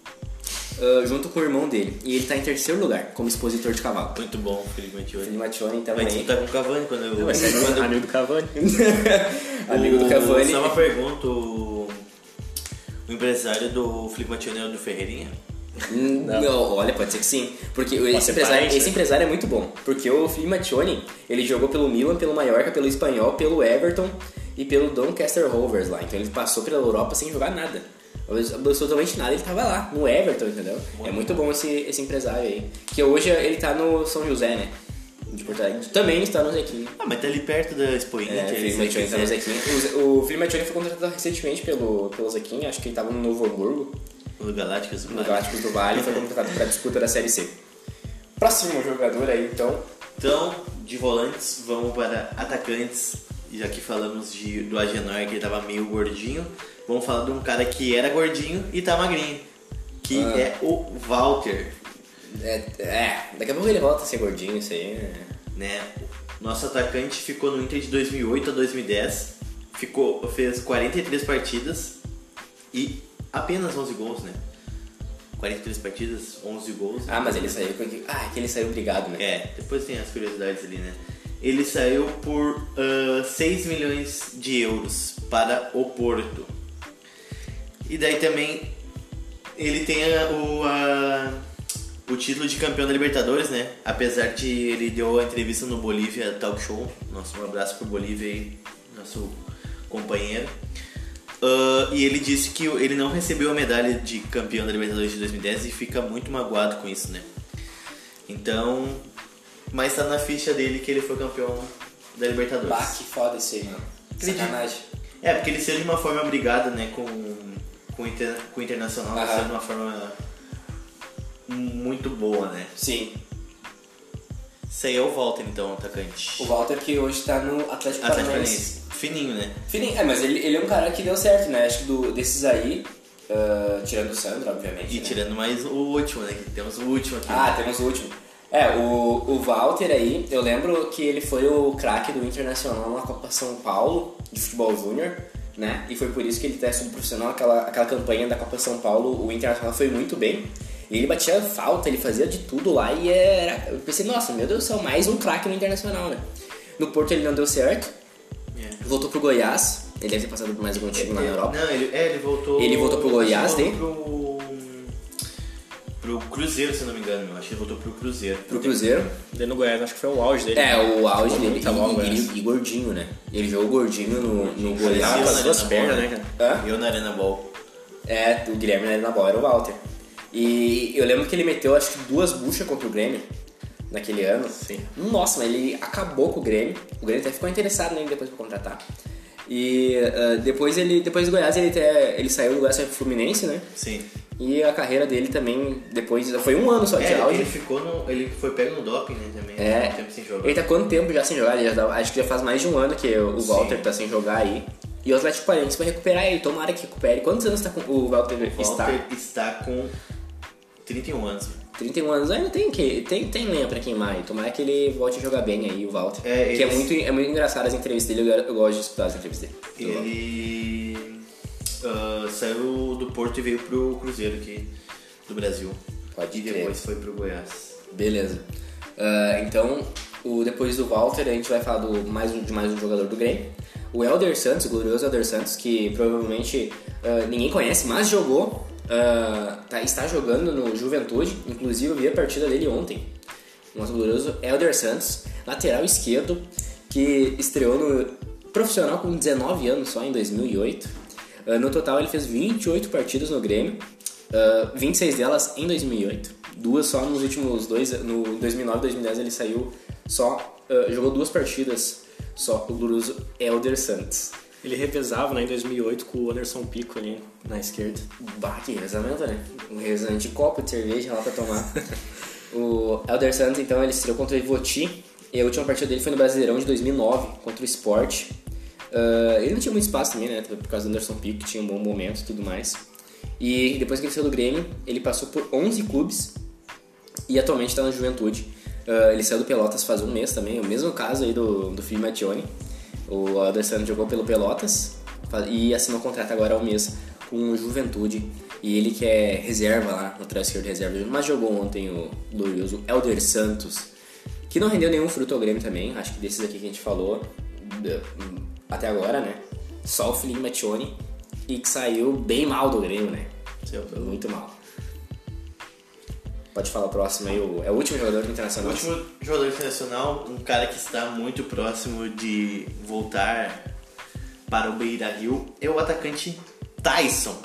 Speaker 1: uh, junto com o irmão dele. E ele está em terceiro lugar, como expositor de cavalo.
Speaker 2: Muito bom, Felipe Maccioni.
Speaker 1: Felipe Maccioni
Speaker 2: Vai
Speaker 1: também.
Speaker 2: disputar com o Cavani quando eu...
Speaker 3: Não, vai ser
Speaker 2: quando eu-
Speaker 3: amigo do Cavani.
Speaker 1: Amigo do
Speaker 2: O-
Speaker 1: Cavani.
Speaker 2: Só uma pergunta, o, o empresário do Felipe Maccioni é o do Ferreirinha?
Speaker 1: Hum, Não.
Speaker 3: Não.
Speaker 1: olha, pode ser que sim. Porque esse
Speaker 3: ser
Speaker 1: empresário,
Speaker 3: parente,
Speaker 1: esse
Speaker 3: né?
Speaker 1: empresário é muito bom. Porque o Felipe Maccioni, ele jogou pelo Milan, pelo Mallorca, pelo Espanhol, pelo Everton e pelo Doncaster Rovers lá. Então ele passou pela Europa sem jogar nada. Absolutamente nada, ele tava lá, no Everton, entendeu?
Speaker 2: Muito
Speaker 1: é muito bom esse, esse empresário aí. Que hoje ele tá no São José, né? De Porto Alegre. Também está no Zequinha.
Speaker 2: Ah, mas tá ali perto da Expoinha.
Speaker 1: É, o
Speaker 2: que
Speaker 1: Felipe Maccioni tá no Zequinha. O, o Felipe Maccioni foi contratado recentemente pelo, pelo Zequinha, acho que ele tava no Novo Hamburgo.
Speaker 2: No Galácticos.
Speaker 1: No Galácticos do Vale, foi contratado para a disputa da Série C. Próximo jogador aí, então.
Speaker 2: Então, de volantes, vamos para atacantes. Já que falamos de, do Agenor, que ele tava meio gordinho, vamos falar de um cara que era gordinho e tá magrinho. Que
Speaker 1: Ah.
Speaker 2: é o Walter.
Speaker 1: É, é, daqui a pouco ele volta a ser gordinho, isso aí. É.
Speaker 2: Né? Nosso atacante ficou no Inter de dois mil e oito a dois mil e dez. Ficou, fez quarenta e três partidas e apenas onze gols, né? quarenta e três partidas, onze gols.
Speaker 1: Ah, mas ele saiu porque... Ah, é que ele saiu obrigado, né?
Speaker 2: É, depois tem as curiosidades ali, né? Ele saiu por uh, seis milhões de euros para o Porto. E daí também ele tem a, o, a, o título de campeão da Libertadores, né? Apesar de ele deu a entrevista no Bolívia Talk Show. Nosso um abraço pro Bolívia aí, nosso companheiro. Uh, e ele disse que ele não recebeu a medalha de campeão da Libertadores de dois mil e dez e fica muito magoado com isso, né? Então, mas tá na ficha dele que ele foi campeão da Libertadores.
Speaker 1: Bah, que foda isso aí, mano. Sacanagem.
Speaker 2: É, porque ele saiu de uma forma brigada, né, com, com, inter, com o Internacional,
Speaker 1: Aham.
Speaker 2: saiu de uma forma muito boa, né?
Speaker 1: Sim.
Speaker 2: Isso aí é o Walter, então, o atacante.
Speaker 1: O Walter que hoje tá no Atlético
Speaker 2: Atlético
Speaker 1: Paranaense.
Speaker 2: Paranaense. Fininho, né?
Speaker 1: Fininho. É, mas ele, ele é um cara que deu certo, né? Acho que do, desses aí, uh, tirando o Sandro, obviamente.
Speaker 2: E
Speaker 1: né?
Speaker 2: tirando mais o último, né? Que temos o último aqui.
Speaker 1: Ah,
Speaker 2: né?
Speaker 1: temos o último. É, o, o Walter aí, eu lembro que ele foi o craque do Internacional na Copa São Paulo, de futebol júnior, né? E foi por isso que ele tá subprofissional, aquela, aquela campanha da Copa São Paulo, o Internacional foi muito bem. E ele batia falta, ele fazia de tudo lá e era... Eu pensei, nossa, meu Deus do céu, mais um craque no Internacional, né? No Porto ele não deu certo,
Speaker 2: Yeah.
Speaker 1: voltou pro Goiás, ele deve ter passado por mais algum time lá na Europa.
Speaker 2: Não, ele, é, ele voltou...
Speaker 1: Ele voltou pro Goiás,
Speaker 2: acho que
Speaker 1: né?
Speaker 2: Pro, pro Cruzeiro, se eu não me engano. Eu acho que ele voltou pro Cruzeiro.
Speaker 1: Pro Cruzeiro.
Speaker 3: Daí no Goiás, acho que foi o auge dele.
Speaker 1: É, o auge
Speaker 3: Jogou
Speaker 1: dele
Speaker 3: muita bola,
Speaker 1: e,
Speaker 3: Goiás.
Speaker 1: e, e gordinho, né? Ele jogou gordinho no, no
Speaker 2: Parecia
Speaker 1: Goiás.
Speaker 2: na
Speaker 3: as duas
Speaker 2: Arena
Speaker 3: pernas,
Speaker 2: Ball,
Speaker 3: né, cara?
Speaker 1: Hã?
Speaker 2: Eu na Arena Ball.
Speaker 1: É, o Guilherme na bola era o Walter. E eu lembro que ele meteu acho que duas buchas contra o Grêmio naquele ano.
Speaker 3: Sim.
Speaker 1: Nossa, mas ele acabou com o Grêmio. O Grêmio até ficou interessado nele depois pra contratar. E uh, depois ele depois do Goiás ele, até, ele saiu do Goiás para o Fluminense, né?
Speaker 2: Sim.
Speaker 1: E a carreira dele também depois foi um ano só de
Speaker 2: É,
Speaker 1: auge.
Speaker 2: ele ficou no... Ele foi pego no doping, né, também.
Speaker 1: É.
Speaker 2: Um tempo sem jogar.
Speaker 1: Ele tá quanto tempo já sem jogar? Ele já dá- acho que já faz mais de um ano que o
Speaker 2: Sim.
Speaker 1: Walter tá sem jogar aí. E o Atlético Paranaense vai recuperar ele, tomara que recupere. Quantos anos tá com o Walter, está?
Speaker 2: Walter está com trinta e um anos.
Speaker 1: trinta e um anos, ainda tem que tem, tem lenha pra queimar. E tomara que ele volte a jogar bem aí, o Walter.
Speaker 2: É,
Speaker 1: que é
Speaker 2: eles-
Speaker 1: muito, é muito engraçado as entrevistas dele, eu, eu gosto de escutar as entrevistas dele. do Walter.
Speaker 2: Ele ah, saiu do Porto e veio pro Cruzeiro aqui do Brasil.
Speaker 1: Pode
Speaker 2: e
Speaker 1: crer.
Speaker 2: depois foi pro Goiás.
Speaker 1: Beleza. Ah, então, o, depois do Walter, a gente vai falar do, mais um, de mais um jogador do Grêmio. O Elder Santos, o glorioso Elder Santos, que provavelmente ah, ninguém conhece, mas jogou, ah, tá, está jogando no Juventude. Inclusive, eu vi a partida dele ontem. O nosso glorioso Elder Santos, lateral esquerdo, que estreou no profissional com dezenove anos só, em dois mil e oito. Ah, no total, ele fez vinte e oito partidas no Grêmio, ah, vinte e seis delas em dois mil e oito. Duas só nos últimos dois, no dois mil e nove e dois mil e dez ele saiu só, ah, jogou duas partidas só, o glorioso Elder Santos.
Speaker 3: Ele revezava, né, em dois mil e oito com o Anderson Pico ali na esquerda.
Speaker 1: Bah, que rezamento, né? Um rezamento de copo de cerveja lá pra tomar. O Elder Santos, então, ele estreou contra o Ivoti. E a última partida dele foi no Brasileirão de dois mil e nove, contra o Sport. Uh, ele não tinha muito espaço também, né? Por causa do Anderson Pico, que tinha um bom momento e tudo mais. E depois que ele saiu do Grêmio, ele passou por onze clubes e atualmente está na Juventude. Uh, ele saiu do Pelotas faz um mês também, o mesmo caso aí do, do Filipe Mattioni. O Elder Santos jogou pelo Pelotas e assinou contrato agora há um mês com o Juventude. E ele que é reserva lá, no transfer de reserva, mas jogou ontem o glorioso Elder Santos, que não rendeu nenhum fruto ao Grêmio também. Acho que desses aqui que a gente falou até agora, né? Só o Filipe Mattioni, e que saiu bem mal do Grêmio, né? Saiu muito mal. Pode falar o próximo aí, o, é o último jogador do
Speaker 2: O
Speaker 1: Internacional.
Speaker 2: último jogador internacional, um cara que está muito próximo de voltar para o Beira-Rio, é o atacante Tyson.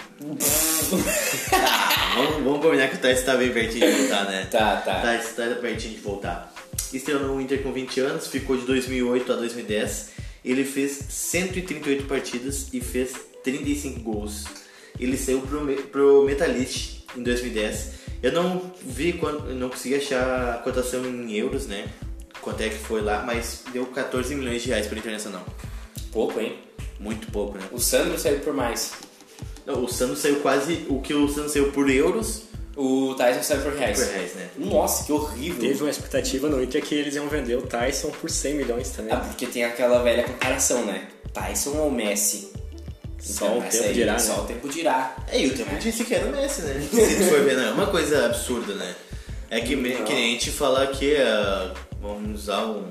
Speaker 2: ah, vamos, vamos combinar que o Tyson está bem pertinho de voltar, né?
Speaker 1: Tá, tá.
Speaker 2: Tyson está pertinho de voltar. Estreou no Inter com vinte anos, ficou de dois mil e oito a dois mil e dez. Ele fez cento e trinta e oito partidas e fez trinta e cinco gols. Ele saiu pro, pro Metalist em dois mil e dez. Eu não vi, quando, não consegui achar a cotação em euros, né? Quanto é que foi lá, mas deu catorze milhões de reais para o Internacional.
Speaker 1: Pouco, hein?
Speaker 2: Muito pouco, né?
Speaker 1: O Sandro saiu por mais.
Speaker 2: Não, o Santos saiu quase o que o Santos saiu por euros.
Speaker 1: O Tyson saiu por reais.
Speaker 2: Por reais, né?
Speaker 1: Nossa, que horrível.
Speaker 3: Teve uma expectativa no Inter que eles iam vender o Tyson por cem milhões também.
Speaker 1: Ah, porque tem aquela velha comparação, né? Tyson ou Messi?
Speaker 3: Só
Speaker 1: Então,
Speaker 3: o
Speaker 1: essa
Speaker 3: tempo
Speaker 1: aí,
Speaker 3: dirá, né?
Speaker 1: Só o tempo dirá.
Speaker 2: É, e o tempo disse que era o Messi, né? Se tu for ver, não é uma coisa absurda, né? É que, me, que nem a gente falar que uh, vamos usar um,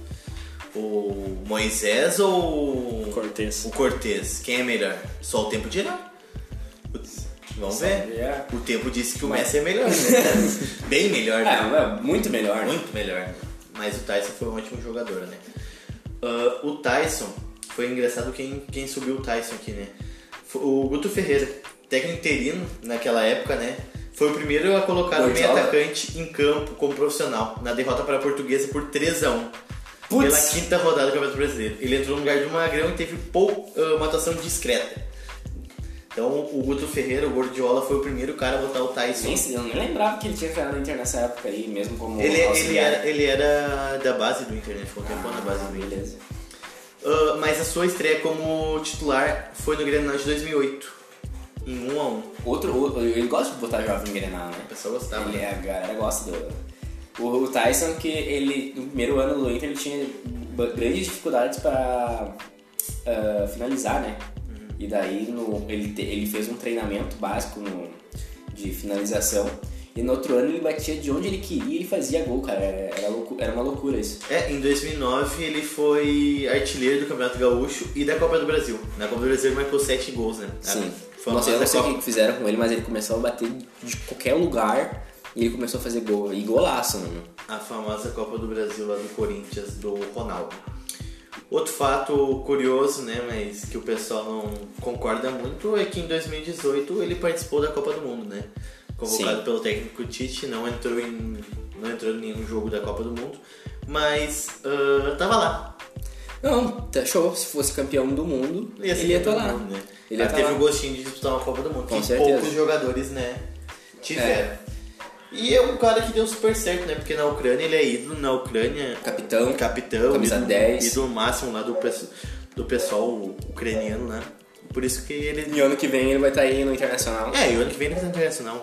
Speaker 2: o Moisés ou
Speaker 3: Cortez.
Speaker 2: o Cortez. Quem é melhor? Só o tempo dirá. Putz, vamos
Speaker 1: Só
Speaker 2: ver.
Speaker 1: dirá.
Speaker 2: O tempo disse que o
Speaker 1: Mas-
Speaker 2: Messi é melhor, né? Bem melhor, né?
Speaker 1: É, é muito melhor, né?
Speaker 2: Muito melhor. Mas o Tyson foi um ótimo jogador, né? Uh, o Tyson, foi engraçado quem, quem subiu o Tyson aqui, né? Foi o Guto Ferreira, técnico interino naquela época, né? Foi o primeiro a colocar o meio
Speaker 1: Gordiola.
Speaker 2: atacante em campo como profissional, na derrota para a Portuguesa por três a um.
Speaker 1: Putz.
Speaker 2: Pela quinta rodada do Campeonato Brasileiro. Ele entrou no lugar de um Magrão e teve pou, uh, uma atuação discreta. Então o Guto Ferreira, o Gordiola, foi o primeiro cara a botar o Tyson.
Speaker 1: Nem, sei, eu nem lembrava que ele tinha treinado no Inter nessa época aí, mesmo como
Speaker 2: Ele, ele,
Speaker 1: auxiliar.
Speaker 2: era, ele era da base do Inter, né? Ficou um tempão na base do Inter.
Speaker 1: Beleza.
Speaker 2: Uh, mas a sua estreia como titular foi no Grenal de dois mil e oito, em um a um.
Speaker 1: Outro, outro, ele gosta de botar jovem em Grenal, né?
Speaker 2: O pessoal gostava.
Speaker 1: Ele,
Speaker 2: né?
Speaker 1: a galera gosta do... O, o Tyson, que ele, no primeiro ano do Inter, ele tinha b- grandes dificuldades para uh, finalizar, né?
Speaker 2: Uhum.
Speaker 1: E daí no, ele, te, ele fez um treinamento básico no, de finalização. E no outro ano ele batia de onde ele queria e ele fazia gol, cara. Era, era, loucu, era uma loucura isso.
Speaker 2: É, em dois mil e nove ele foi artilheiro do Campeonato Gaúcho e da Copa do Brasil. Na Copa do Brasil ele marcou sete gols, né?
Speaker 1: Sim.
Speaker 2: Foi
Speaker 1: Nossa, eu não sei o
Speaker 2: Copa...
Speaker 1: que fizeram com ele, mas ele começou a bater de qualquer lugar e ele começou a fazer gol. E golaço, mano.
Speaker 2: A famosa Copa do Brasil lá do Corinthians, do Ronaldo. Outro fato curioso, né, mas que o pessoal não concorda muito, é que em dois mil e dezoito ele participou da Copa do Mundo, né? Convocado
Speaker 1: Sim.
Speaker 2: pelo técnico Tite, não entrou em não entrou em nenhum jogo da Copa do Mundo, mas uh, tava lá.
Speaker 1: Não, tá show. Se fosse campeão do mundo,
Speaker 2: Ia ser
Speaker 1: ele ia estar
Speaker 2: campeão
Speaker 1: lá.
Speaker 2: do mundo, né?
Speaker 1: Ele ia
Speaker 2: Ele
Speaker 1: tá
Speaker 2: teve
Speaker 1: lá.
Speaker 2: o gostinho de disputar uma Copa do Mundo,
Speaker 1: Com
Speaker 2: que
Speaker 1: certeza.
Speaker 2: poucos jogadores, né, tiveram. E é um cara que deu super certo, né? Porque na Ucrânia ele é ídolo, na Ucrânia
Speaker 1: Capitão.
Speaker 2: capitão,
Speaker 1: Camisa
Speaker 2: ídolo,
Speaker 1: dez.
Speaker 2: ídolo máximo lá do, pesso- do pessoal ucraniano, né? Por isso que ele...
Speaker 1: E ano que vem ele vai estar aí no Internacional.
Speaker 2: É, e o ano que vem ele tá no Internacional.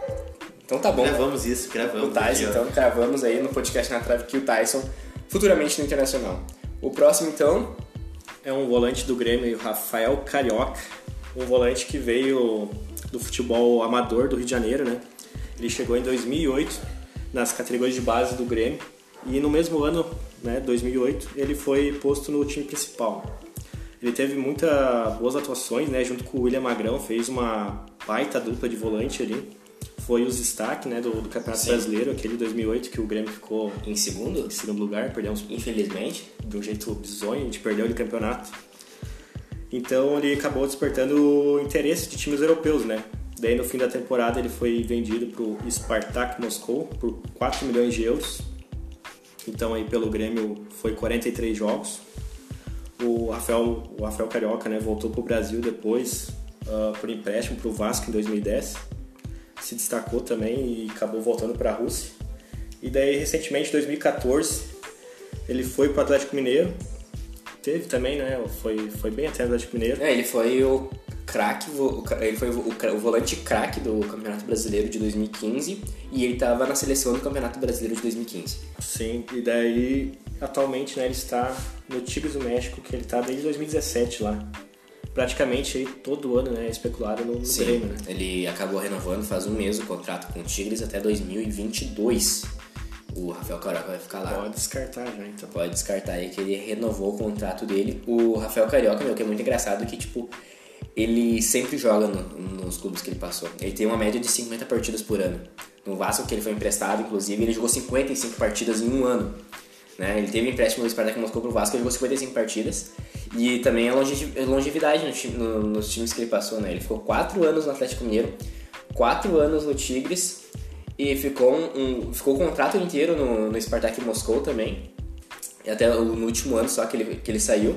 Speaker 1: Então tá bom.
Speaker 2: Gravamos isso, gravamos.
Speaker 1: O Tyson,
Speaker 2: aqui, ó.
Speaker 1: então, gravamos aí no podcast na trave que o Tyson futuramente no Internacional. O próximo, então,
Speaker 3: É um volante do Grêmio, Rafael Carioca. Um volante que veio do futebol amador do Rio de Janeiro, né? Ele chegou em dois mil e oito nas categorias de base do Grêmio. E no mesmo ano, né, dois mil e oito, ele foi posto no time principal. Ele teve muitas boas atuações, né? Junto com o William Magrão, fez uma baita dupla de volante ali. Foi os destaques, né, do, do Campeonato
Speaker 1: Sim.
Speaker 3: Brasileiro, aquele dois mil e oito que o Grêmio ficou
Speaker 1: em segundo,
Speaker 3: em segundo lugar, perdemos
Speaker 1: infelizmente.
Speaker 3: de um jeito bizonho, a gente perdeu o campeonato. Então ele acabou despertando o interesse de times europeus, né? Daí no fim da temporada ele foi vendido para o Spartak Moscou por quatro milhões de euros. Então aí pelo Grêmio foi quarenta e três jogos. O Rafael, o Rafael Carioca, né, voltou para o Brasil depois uh, por empréstimo para o Vasco em dois mil e dez. Se destacou também e acabou voltando para a Rússia. E daí recentemente, em dois mil e quatorze, ele foi para o Atlético Mineiro. Teve também, né? Foi, foi bem até o Atlético Mineiro.
Speaker 1: É, ele foi o craque, o cra- ele foi o, o, o volante craque do Campeonato Brasileiro de dois mil e quinze e ele estava na seleção do Campeonato Brasileiro de dois mil e quinze.
Speaker 3: Sim, e daí atualmente, né, ele está no Tigres do México, que ele está desde dois mil e dezessete lá. Praticamente aí todo ano, né, especulado no, no
Speaker 1: Sim,
Speaker 3: Grêmio, né?
Speaker 1: ele acabou renovando faz um mês o contrato com o Tigres até dois mil e vinte e dois. O Rafael Carioca vai ficar lá.
Speaker 3: Pode descartar já, então.
Speaker 1: Pode descartar aí que ele renovou o contrato dele. O Rafael Carioca, meu, que é muito engraçado que, tipo, ele sempre joga no, nos clubes que ele passou. Ele tem uma média de cinquenta partidas por ano. No Vasco, que ele foi emprestado, inclusive, ele jogou cinquenta e cinco partidas em um ano. Né? Ele teve um empréstimo do Spartak Moscou pro Vasco, ele jogou cinquenta e cinco partidas. E também a longe- longevidade no time, no, nos times que ele passou, né? Ele ficou quatro anos no Atlético Mineiro, quatro anos no Tigres e ficou, um, um, ficou o contrato inteiro no, no Spartak Moscou também. E até o, no último ano só que ele, que ele saiu.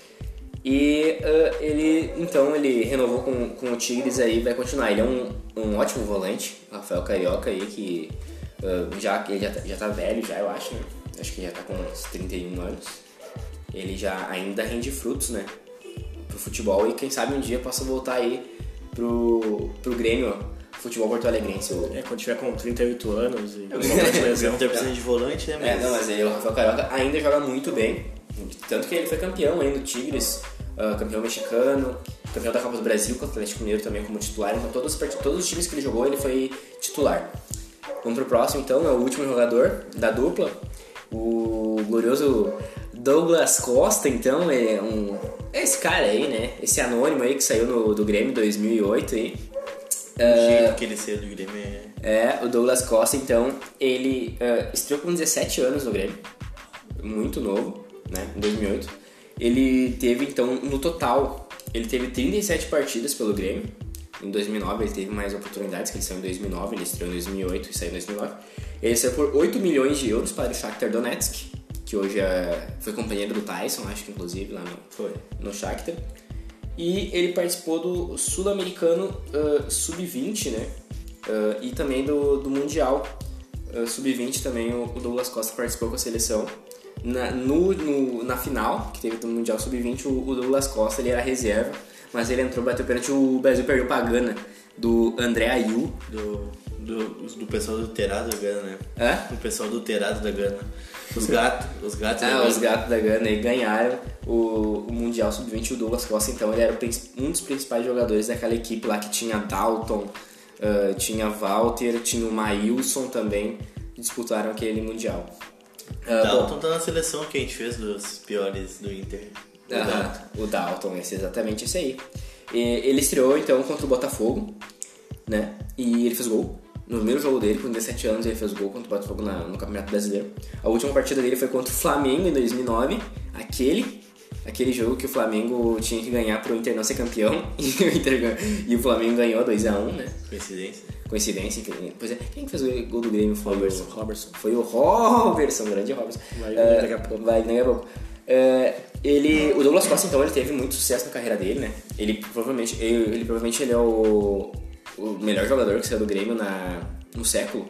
Speaker 1: E uh, ele, então, ele renovou com, com o Tigres aí, vai continuar. Ele é um, um ótimo volante, Rafael Carioca aí, que uh, já, ele já, tá- já tá velho já, eu acho, né? Acho que já tá com uns trinta e um anos. Ele já ainda rende frutos, né? Pro futebol e quem sabe um dia possa voltar aí pro, pro Grêmio, futebol porto-alegrense. O-
Speaker 3: É, quando tiver com trinta e oito anos e
Speaker 2: É,
Speaker 3: volante
Speaker 2: o
Speaker 3: lesão.
Speaker 2: Grêmio tá precisando de volante, né?
Speaker 1: É, não, mas ele, o Rafael Carioca ainda joga muito bem. Tanto que ele foi campeão aí no Tigres, uh, campeão mexicano. campeão da Copa do Brasil com o Atlético Mineiro também como titular. Então todos, todos os times que ele jogou ele foi titular. Vamos pro próximo então, é o último jogador da dupla, o glorioso Douglas Costa. Então é um é esse cara aí, né? Esse anônimo aí que saiu no, do Grêmio em dois mil e oito aí.
Speaker 2: O uh, jeito que ele saiu do Grêmio é...
Speaker 1: É, o Douglas Costa, então, ele uh, estreou com dezessete anos no Grêmio, muito novo, né, em dois mil e oito. Ele teve, então, no total, ele teve trinta e sete partidas pelo Grêmio. Em dois mil e nove ele teve mais oportunidades, que ele saiu em dois mil e nove, ele estreou em dois mil e oito e saiu em dois mil e nove. Ele saiu por oito milhões de euros para o Shakhtar Donetsk, que hoje é, foi companheiro do Tyson, acho que inclusive, lá no,
Speaker 2: foi.
Speaker 1: no Shakhtar. E ele participou do Sul-Americano uh, sub vinte, né? Uh, e também do, do Mundial uh, sub vinte também o, o Douglas Costa participou com a seleção. Na, no, no, na final, que teve do Mundial sub vinte, o, o Douglas Costa ele era reserva, mas ele entrou, bateu pênalti, o Brasil perdeu pra Gana, do André Ayew.
Speaker 2: Do, do, do pessoal do Terado da Gana, né?
Speaker 1: Hã?
Speaker 2: O pessoal do Terado da Gana. Os gatos, os gatos
Speaker 1: ah,
Speaker 2: da Gana.
Speaker 1: os gatos da Gana e ganharam o, o Mundial sub vinte. O Douglas Costa, então, ele era um dos principais jogadores daquela equipe lá que tinha Dalton, uh, tinha Walter, tinha o Maílson também, que disputaram aquele Mundial. Uh,
Speaker 2: Dalton tá na seleção que a gente fez dos piores do Inter.
Speaker 1: O, uh, Dalton. o Dalton, esse, exatamente esse aí. E ele estreou, então, contra o Botafogo, né? E ele fez gol. No primeiro jogo dele, com dezessete anos, ele fez gol contra o Botafogo na, no Campeonato Brasileiro. A última partida dele foi contra o Flamengo em dois mil e nove. Aquele, aquele jogo que o Flamengo tinha que ganhar pro Inter não ser campeão. E o, Inter, e o Flamengo ganhou dois a um, né?
Speaker 2: Coincidência.
Speaker 1: Coincidência. Pois é, quem fez o gol do Grêmio foi
Speaker 3: Robertson.
Speaker 1: o Robertson. Foi o Robertson, grande Robertson.
Speaker 3: Vai
Speaker 1: uh,
Speaker 3: daqui a pouco.
Speaker 1: Vai daqui a pouco. Uh, ele, o Douglas Costa, então, ele teve muito sucesso na carreira dele, né? Ele provavelmente ele, ele, provavelmente ele é o, o melhor jogador que saiu do Grêmio na, no século,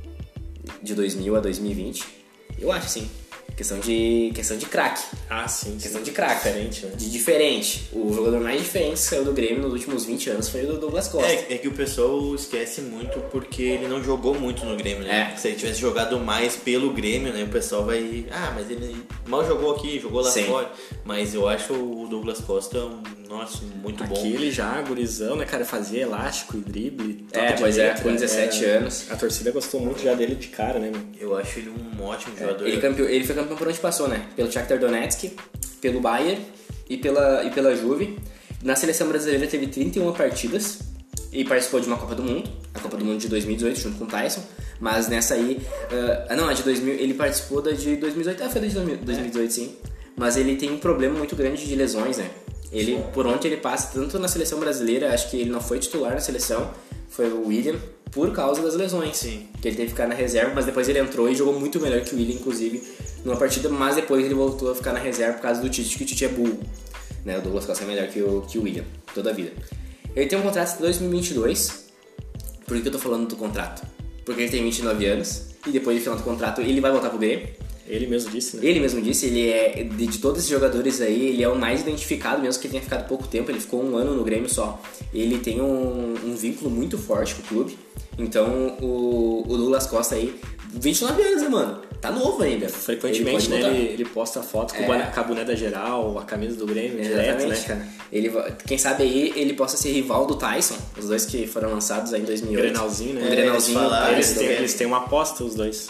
Speaker 1: de dois mil a dois mil e vinte. Eu acho, sim. Questão de, questão de craque.
Speaker 3: Ah, sim.
Speaker 1: Questão
Speaker 3: sim.
Speaker 1: de craque.
Speaker 3: Diferente, né?
Speaker 1: De diferente. O jogador mais diferente que saiu do Grêmio nos últimos vinte anos foi o Douglas Costa.
Speaker 2: É, é que o pessoal esquece muito porque ele não jogou muito no Grêmio, né?
Speaker 1: É.
Speaker 2: Se ele tivesse jogado mais pelo Grêmio, né? O pessoal vai... Ah, mas ele mal jogou aqui, jogou lá
Speaker 1: Sim.
Speaker 2: fora. Mas eu acho o Douglas Costa, nossa, muito bom.
Speaker 3: Aqui ele já, gurizão, né, cara? Fazia elástico e drible.
Speaker 1: É, pois é, com dezessete anos.
Speaker 3: A torcida gostou muito já dele de cara, né?
Speaker 2: Eu acho ele um ótimo jogador.
Speaker 1: Ele, campeão, ele foi campeão por onde passou, né? Pelo Shakhtar Donetsk, pelo Bayern e pela, e pela Juve. Na seleção brasileira teve trinta e uma partidas e participou de uma Copa do Mundo, a Copa do Mundo de dois mil e dezoito, junto com o Tyson. Mas nessa aí... Uh, ah, não, a de dois mil, ele participou da de dois mil e dezoito. Ah, foi da de dois mil e dezoito, sim. Mas ele tem um problema muito grande de lesões, né? Ele, por onde ele passa, tanto na seleção brasileira, acho que ele não foi titular na seleção, foi o William, por causa das lesões.
Speaker 2: Sim.
Speaker 1: Que ele teve que ficar na reserva, mas depois ele entrou e jogou muito melhor que o William, inclusive, numa partida, mas depois ele voltou a ficar na reserva por causa do Tite, que o Tite é burro. Né? O Douglas Costa é melhor que o, que o William, toda a vida. Ele tem um contrato até dois mil e vinte e dois. Por que eu tô falando do contrato? Porque ele tem vinte e nove anos e depois do final do contrato ele vai voltar pro Grêmio.
Speaker 3: Ele mesmo disse, né?
Speaker 1: Ele mesmo disse, ele é, de, de todos esses jogadores aí, ele é o mais identificado, mesmo que ele tenha ficado pouco tempo, ele ficou um ano no Grêmio só. Ele tem um, um vínculo muito forte com o clube, então o, o Douglas Costa aí, vinte e nove anos, né, mano? Tá novo ainda.
Speaker 3: Frequentemente, ele, né, ele, ele posta foto com, é. com a boné da geral, a camisa do Grêmio, é, direto, né, cara?
Speaker 1: Ele, quem sabe aí ele possa ser rival do Tyson, os dois que foram lançados aí em dois mil e oito.
Speaker 3: Grenalzinho, né?
Speaker 1: Um Grenalzinho.
Speaker 3: Eles,
Speaker 1: falaram,
Speaker 3: eles, têm, eles têm uma aposta, os dois.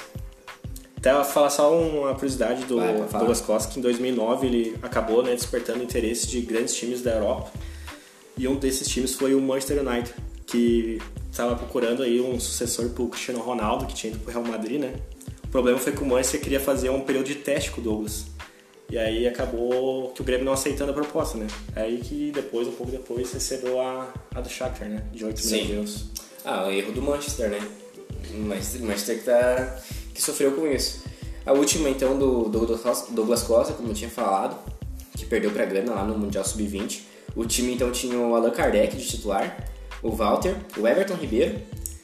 Speaker 3: Até falar só uma curiosidade do Vai, Douglas Costa, que em dois mil e nove ele acabou, né, despertando interesse de grandes times da Europa. E um desses times foi o Manchester United, que estava procurando aí um sucessor pro Cristiano Ronaldo, que tinha ido pro Real Madrid, né? O problema foi que o Manchester queria fazer um período de teste com o Douglas. E aí acabou que o Grêmio não aceitando a proposta, né? Aí que depois, um pouco depois, recebeu a, a do Shakhtar, né? De oito milhões de euros.
Speaker 1: Ah, o erro do Manchester, né? O Manchester que tá... que sofreu com isso. A última, então, do Douglas Costa, como eu tinha falado, que perdeu pra Gana lá no Mundial sub vinte. O time, então, tinha o Allan Kardec de titular, o Walter, o Everton Ribeiro,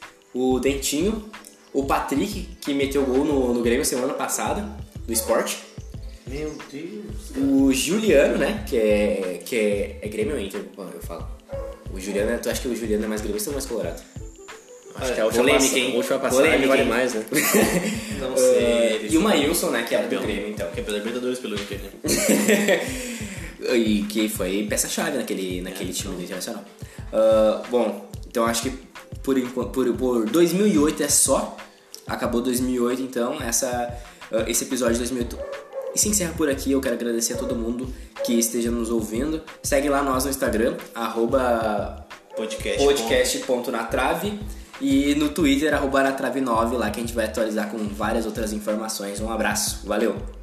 Speaker 1: o Dentinho, o Patrick, que meteu gol no, no Grêmio semana passada, do Sport.
Speaker 2: Meu Deus, cara.
Speaker 1: O Juliano, né, que é, que é, é Grêmio ou Inter, eu falo. O Juliano, tu acha que o Juliano é mais gremista ou mais colorado?
Speaker 3: Acho que é a última,
Speaker 1: polêmica,
Speaker 3: passa,
Speaker 1: hein?
Speaker 3: a última passagem
Speaker 1: Polêmica,
Speaker 3: vale
Speaker 1: hein?
Speaker 3: mais, né?
Speaker 2: Não sei.
Speaker 1: Uh, e o Maílson, né, que era do Grêmio, então.
Speaker 2: Que é pela Libertadores pelo Inter, né?
Speaker 1: E que foi peça-chave naquele, naquele é, time do Internacional. Uh, bom, então acho que por, por, por dois mil e oito é só. Acabou dois mil e oito, então essa, uh, esse episódio de dois mil e oito e se encerra por aqui. Eu quero agradecer a todo mundo que esteja nos ouvindo. Segue lá nós no Instagram, arroba
Speaker 2: podcast,
Speaker 1: podcast ponto na trave, e no Twitter, arroba na trave nove, lá que a gente vai atualizar com várias outras informações. Um abraço, valeu!